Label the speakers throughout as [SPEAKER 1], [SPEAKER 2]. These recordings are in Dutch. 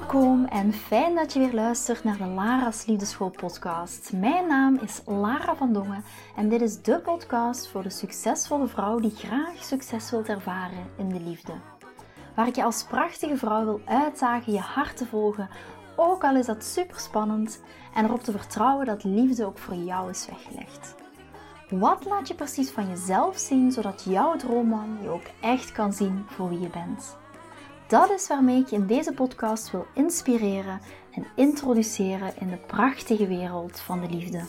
[SPEAKER 1] Welkom en fijn dat je weer luistert naar de Lara's Liefdeschool podcast. Mijn naam is Lara van Dongen en dit is de podcast voor de succesvolle vrouw die graag succes wilt ervaren in de liefde. Waar ik je als prachtige vrouw wil uitdagen je hart te volgen, ook al is dat super spannend, en erop te vertrouwen dat liefde ook voor jou is weggelegd. Wat laat je precies van jezelf zien, zodat jouw droomman je ook echt kan zien voor wie je bent? Dat is waarmee ik je in deze podcast wil inspireren en introduceren in de prachtige wereld van de liefde.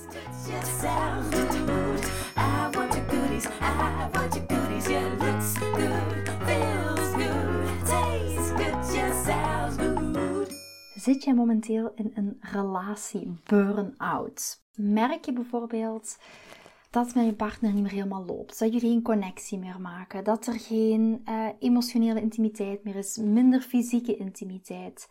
[SPEAKER 1] Zit jij momenteel in een relatie burn-out? Merk je bijvoorbeeld dat het met je partner niet meer helemaal loopt, dat jullie geen connectie meer maken, dat er geen emotionele intimiteit meer is, minder fysieke intimiteit,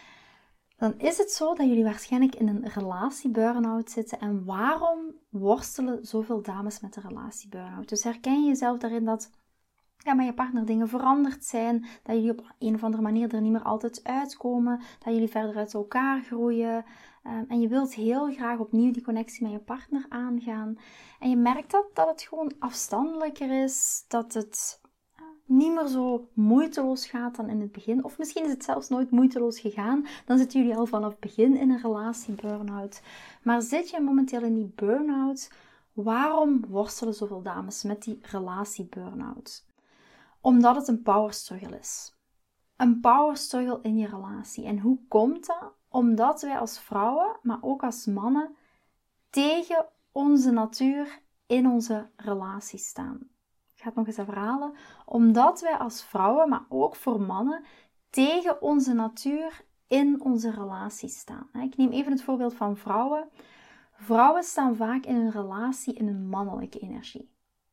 [SPEAKER 1] dan is het zo dat jullie waarschijnlijk in een relatie burn-out zitten. En waarom worstelen zoveel dames met de relatie burn-out? Dus herken je jezelf daarin dat met je partner dingen veranderd zijn, dat jullie op een of andere manier er niet meer altijd uitkomen, dat jullie verder uit elkaar groeien en je wilt heel graag opnieuw die connectie met je partner aangaan. En je merkt dat het gewoon afstandelijker is, dat het niet meer zo moeiteloos gaat dan in het begin. Of misschien is het zelfs nooit moeiteloos gegaan, dan zitten jullie al vanaf het begin in een relatie burn-out. Maar zit je momenteel in die burn-out, waarom worstelen zoveel dames met die relatie burn-out? Omdat het een power struggle is. Een power struggle in je relatie. En hoe komt dat? Omdat wij als vrouwen, maar ook als mannen, tegen onze natuur in onze relatie staan. Ik ga het nog eens herhalen. Omdat wij als vrouwen, maar ook voor mannen, tegen onze natuur in onze relatie staan. Ik neem even het voorbeeld van vrouwen. Vrouwen staan vaak in een relatie in een mannelijke energie.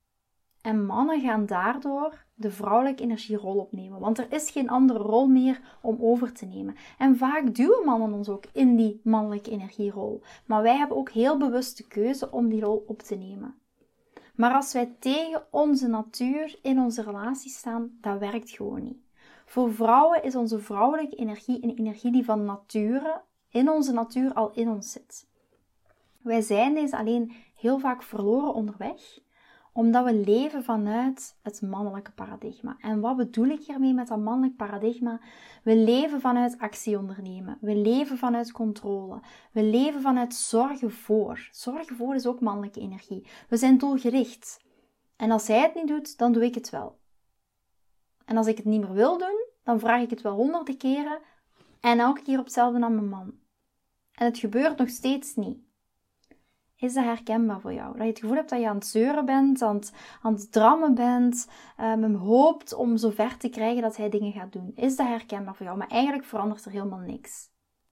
[SPEAKER 1] En mannen gaan daardoor de vrouwelijke energierol opnemen. Want er is geen andere rol meer om over te nemen. En vaak duwen mannen ons ook in die mannelijke energierol. Maar wij hebben ook heel bewust de keuze om die rol op te nemen. Maar als wij tegen onze natuur in onze relatie staan, dat werkt gewoon niet. Voor vrouwen is onze vrouwelijke energie een energie die van nature, in onze natuur al in ons zit. Wij zijn deze alleen heel vaak verloren onderweg, omdat we leven vanuit het mannelijke paradigma. En wat bedoel ik hiermee met dat mannelijk paradigma? We leven vanuit actie ondernemen. We leven vanuit controle. We leven vanuit zorgen voor. Zorgen voor is ook mannelijke energie. We zijn doelgericht. En als hij het niet doet, dan doe ik het wel. En als ik het niet meer wil doen, dan vraag ik het wel 100 keren. En elke keer op hetzelfde aan mijn man. En het gebeurt nog steeds niet. Is dat herkenbaar voor jou? Dat je het gevoel hebt dat je aan het zeuren bent, aan het drammen bent, hem hoopt om zo ver te krijgen dat hij dingen gaat doen. Is dat herkenbaar voor jou? Maar eigenlijk verandert er helemaal niks.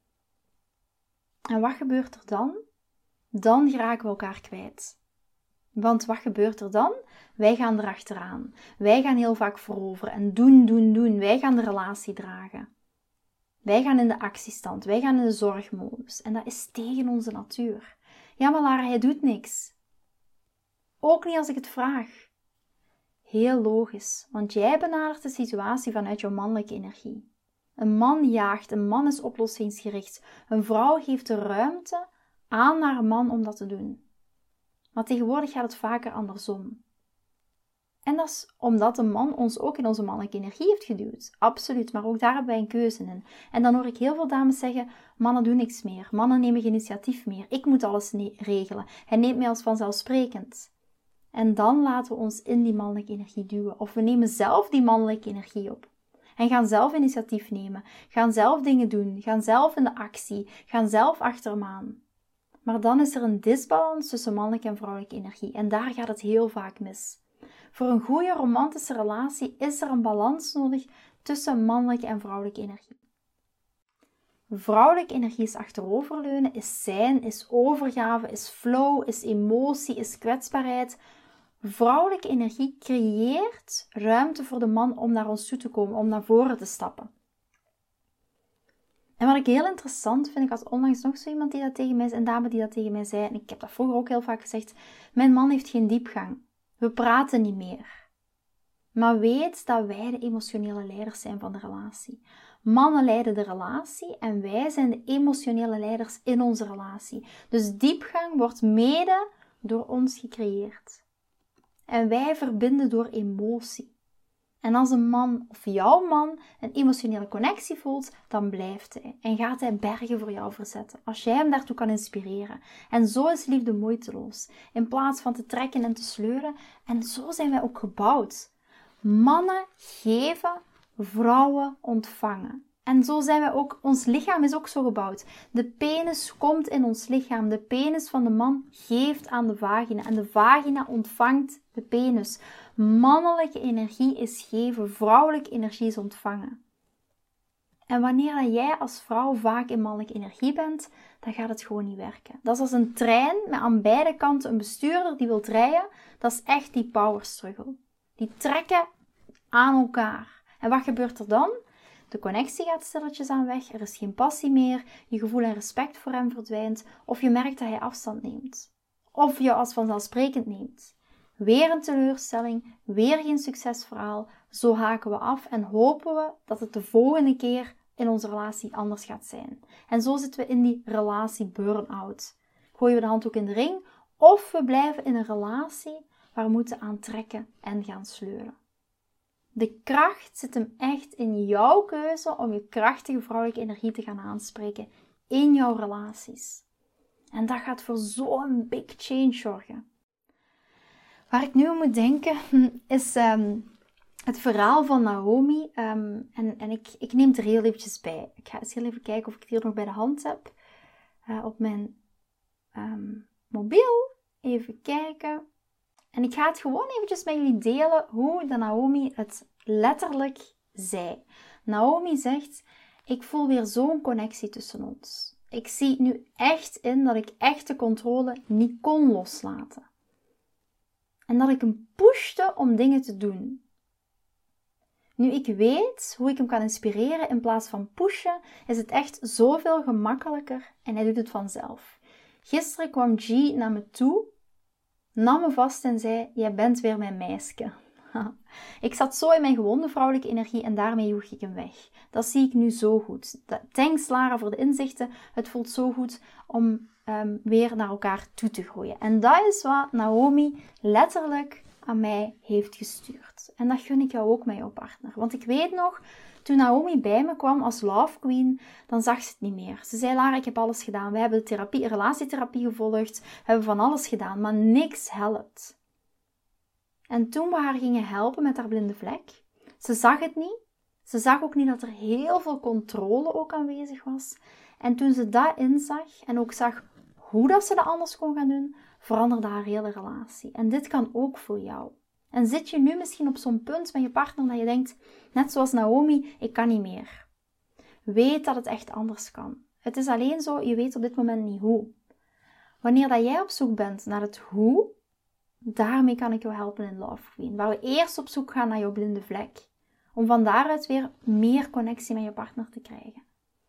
[SPEAKER 1] En wat gebeurt er dan? Dan geraken we elkaar kwijt. Want wat gebeurt er dan? Wij gaan erachteraan. Wij gaan heel vaak voorover en doen. Wij gaan de relatie dragen. Wij gaan in de actiestand. Wij gaan in de zorgmodus. En dat is tegen onze natuur. Ja, maar Lara, hij doet niks. Ook niet als ik het vraag. Heel logisch, want jij benadert de situatie vanuit jouw mannelijke energie. Een man jaagt, een man is oplossingsgericht. Een vrouw geeft de ruimte aan haar man om dat te doen. Maar tegenwoordig gaat het vaker andersom. En dat is omdat een man ons ook in onze mannelijke energie heeft geduwd. Absoluut, maar ook daar hebben wij een keuze in. En dan hoor ik heel veel dames zeggen, mannen doen niks meer. Mannen nemen geen initiatief meer. Ik moet alles regelen. Hij neemt mij als vanzelfsprekend. En dan laten we ons in die mannelijke energie duwen. Of we nemen zelf die mannelijke energie op. En gaan zelf initiatief nemen. Gaan zelf dingen doen. Gaan zelf in de actie. Gaan zelf achter hem aan. Maar dan is er een disbalans tussen mannelijke en vrouwelijke energie. En daar gaat het heel vaak mis. Voor een goede romantische relatie is er een balans nodig tussen mannelijke en vrouwelijke energie. Vrouwelijke energie is achteroverleunen, is zijn, is overgave, is flow, is emotie, is kwetsbaarheid. Vrouwelijke energie creëert ruimte voor de man om naar ons toe te komen, om naar voren te stappen. En wat ik heel interessant vind, ik had onlangs nog zo iemand die dat tegen mij zei, een dame die dat tegen mij zei, en ik heb dat vroeger ook heel vaak gezegd, mijn man heeft geen diepgang. We praten niet meer. Maar weet dat wij de emotionele leiders zijn van de relatie. Mannen leiden de relatie en wij zijn de emotionele leiders in onze relatie. Dus diepgang wordt mede door ons gecreëerd. En wij verbinden door emotie. En als een man of jouw man een emotionele connectie voelt, dan blijft hij. En gaat hij bergen voor jou verzetten. Als jij hem daartoe kan inspireren. En zo is liefde moeiteloos. In plaats van te trekken en te sleuren. En zo zijn wij ook gebouwd. Mannen geven, vrouwen ontvangen. En zo zijn wij ook, ons lichaam is ook zo gebouwd. De penis komt in ons lichaam. De penis van de man geeft aan de vagina. En de vagina ontvangt de penis. Mannelijke energie is geven, vrouwelijke energie is ontvangen. En wanneer jij als vrouw vaak in mannelijke energie bent, dan gaat het gewoon niet werken. Dat is als een trein met aan beide kanten een bestuurder die wil rijden. Dat is echt die power struggle. Die trekken aan elkaar. En wat gebeurt er dan? De connectie gaat stilletjes aan weg, er is geen passie meer, je gevoel en respect voor hem verdwijnt, of je merkt dat hij afstand neemt. Of je als vanzelfsprekend neemt. Weer een teleurstelling, weer geen succesverhaal, zo haken we af en hopen we dat het de volgende keer in onze relatie anders gaat zijn. En zo zitten we in die relatie burn-out. Gooien we de handdoek in de ring, of we blijven in een relatie waar we moeten aantrekken en gaan sleuren. De kracht zit hem echt in jouw keuze om je krachtige vrouwelijke energie te gaan aanspreken in jouw relaties. En dat gaat voor zo'n big change zorgen. Waar ik nu aan moet denken is het verhaal van Naomi. En ik neem het er heel eventjes bij. Ik ga eens heel even kijken of ik het hier nog bij de hand heb. Op mijn mobiel. Even kijken. En ik ga het gewoon eventjes met jullie delen hoe de Naomi het letterlijk zei. Naomi zegt, ik voel weer zo'n connectie tussen ons. Ik zie nu echt in dat ik echt de controle niet kon loslaten. En dat ik hem pushte om dingen te doen. Nu ik weet hoe ik hem kan inspireren in plaats van pushen, is het echt zoveel gemakkelijker en hij doet het vanzelf. Gisteren kwam G naar me toe, nam me vast en zei, jij bent weer mijn meisje. Ik zat zo in mijn gewonde vrouwelijke energie en daarmee joeg ik hem weg. Dat zie ik nu zo goed. Thanks Lara voor de inzichten. Het voelt zo goed om weer naar elkaar toe te groeien. En dat is wat Naomi letterlijk aan mij heeft gestuurd. En dat gun ik jou ook met jouw partner. Want ik weet nog, toen Naomi bij me kwam als love queen, dan zag ze het niet meer. Ze zei, Lara, ik heb alles gedaan. We hebben relatietherapie gevolgd. We hebben van alles gedaan, maar niks helpt. En toen we haar gingen helpen met haar blinde vlek, ze zag het niet. Ze zag ook niet dat er heel veel controle ook aanwezig was. En toen ze dat inzag en ook zag hoe dat ze dat anders kon gaan doen, veranderde haar hele relatie. En dit kan ook voor jou. En zit je nu misschien op zo'n punt met je partner dat je denkt, net zoals Naomi, ik kan niet meer. Weet dat het echt anders kan. Het is alleen zo, je weet op dit moment niet hoe. Wanneer dat jij op zoek bent naar het hoe, daarmee kan ik jou helpen in Love Queen. Waar we eerst op zoek gaan naar jouw blinde vlek. Om van daaruit weer meer connectie met je partner te krijgen.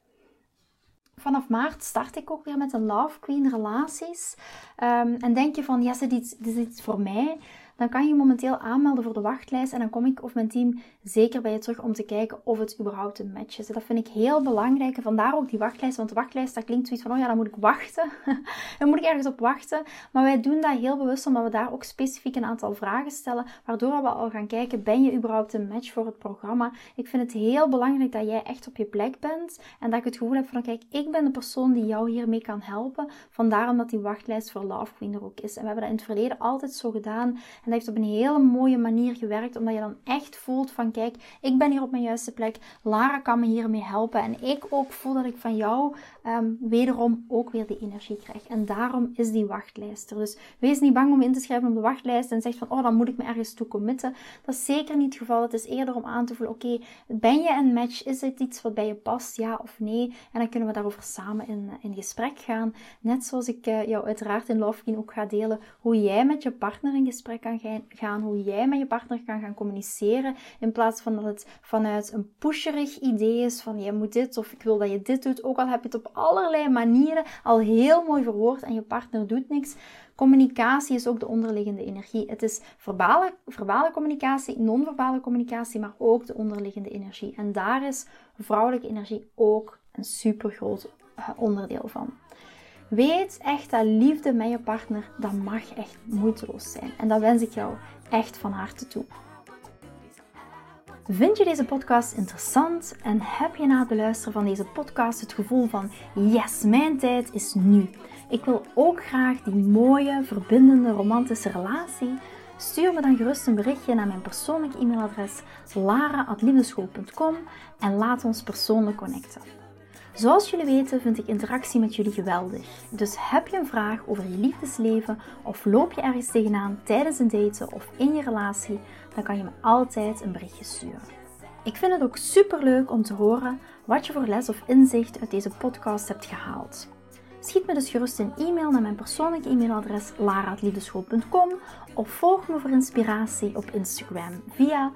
[SPEAKER 1] Vanaf maart start ik ook weer met een Love Queen relaties. En denk je van, ja, dit is iets voor mij. Dan kan je momenteel aanmelden voor de wachtlijst. En dan kom ik of mijn team zeker bij je terug om te kijken of het überhaupt een match is. Dat vind ik heel belangrijk. En vandaar ook die wachtlijst. Want de wachtlijst, dat klinkt zoiets van, oh ja, dan moet ik wachten. Dan moet ik ergens op wachten. Maar wij doen dat heel bewust, omdat we daar ook specifiek een aantal vragen stellen. Waardoor we al gaan kijken, ben je überhaupt een match voor het programma? Ik vind het heel belangrijk dat jij echt op je plek bent. En dat ik het gevoel heb van, kijk, ik ben de persoon die jou hiermee kan helpen. Vandaar omdat die wachtlijst voor Love Queen er ook is. En we hebben dat in het verleden altijd zo gedaan. En dat heeft op een hele mooie manier gewerkt, omdat je dan echt voelt van, kijk, ik ben hier op mijn juiste plek, Lara kan me hiermee helpen en ik ook voel dat ik van jou wederom ook weer die energie krijg. En daarom is die wachtlijst er. Dus wees niet bang om in te schrijven op de wachtlijst en zegt van, oh, dan moet ik me ergens toe committen. Dat is zeker niet het geval. Het is eerder om aan te voelen, oké, ben je een match? Is het iets wat bij je past? Ja of nee? En dan kunnen we daarover samen in gesprek gaan. Net zoals ik jou uiteraard in Love Queen ook ga delen, hoe jij met je partner in gesprek kan gaan, hoe jij met je partner kan gaan communiceren, in plaats van dat het vanuit een pusherig idee is van, jij moet dit of ik wil dat je dit doet, ook al heb je het op allerlei manieren al heel mooi verwoord en je partner doet niks. Communicatie is ook de onderliggende energie. Het is verbale communicatie, non-verbale communicatie, maar ook de onderliggende energie. En daar is vrouwelijke energie ook een super groot onderdeel van. Weet echt dat liefde met je partner, dat mag echt moeiteloos zijn. En dat wens ik jou echt van harte toe. Vind je deze podcast interessant en heb je na het beluisteren van deze podcast het gevoel van yes, mijn tijd is nu. Ik wil ook graag die mooie, verbindende, romantische relatie. Stuur me dan gerust een berichtje naar mijn persoonlijke e-mailadres lara@liefdeschool.com en laat ons persoonlijk connecten. Zoals jullie weten vind ik interactie met jullie geweldig. Dus heb je een vraag over je liefdesleven of loop je ergens tegenaan tijdens een daten of in je relatie, dan kan je me altijd een berichtje sturen. Ik vind het ook super leuk om te horen wat je voor les of inzicht uit deze podcast hebt gehaald. Schiet me dus gerust een e-mail naar mijn persoonlijke e-mailadres lara@liefdeschool.com of volg me voor inspiratie op Instagram via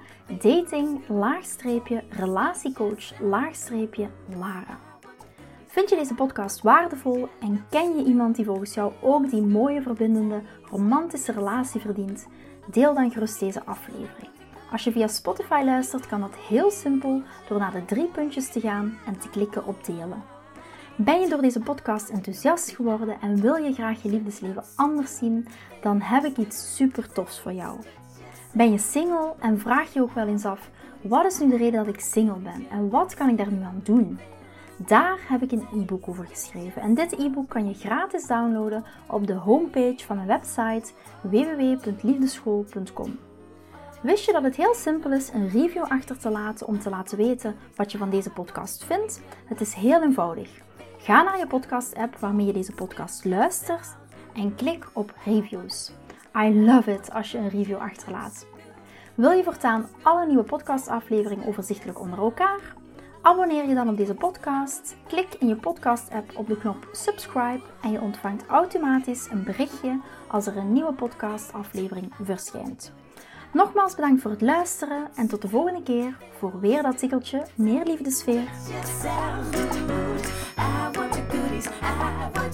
[SPEAKER 1] dating-relatiecoach-Lara. Vind je deze podcast waardevol en ken je iemand die volgens jou ook die mooie, verbindende, romantische relatie verdient? Deel dan gerust deze aflevering. Als je via Spotify luistert, kan dat heel simpel door naar de 3 puntjes te gaan en te klikken op delen. Ben je door deze podcast enthousiast geworden en wil je graag je liefdesleven anders zien, dan heb ik iets super tofs voor jou. Ben je single en vraag je ook wel eens af, wat is nu de reden dat ik single ben en wat kan ik daar nu aan doen? Daar heb ik een e-book over geschreven en dit e-book kan je gratis downloaden op de homepage van mijn website www.liefdeschool.com. Wist je dat het heel simpel is een review achter te laten om te laten weten wat je van deze podcast vindt? Het is heel eenvoudig. Ga naar je podcast-app waarmee je deze podcast luistert en klik op reviews. I love it als je een review achterlaat. Wil je voortaan alle nieuwe podcastafleveringen overzichtelijk onder elkaar? Abonneer je dan op deze podcast, klik in je podcast-app op de knop subscribe en je ontvangt automatisch een berichtje als er een nieuwe podcastaflevering verschijnt. Nogmaals bedankt voor het luisteren en tot de volgende keer voor weer dat tikkeltje meer liefdesfeer.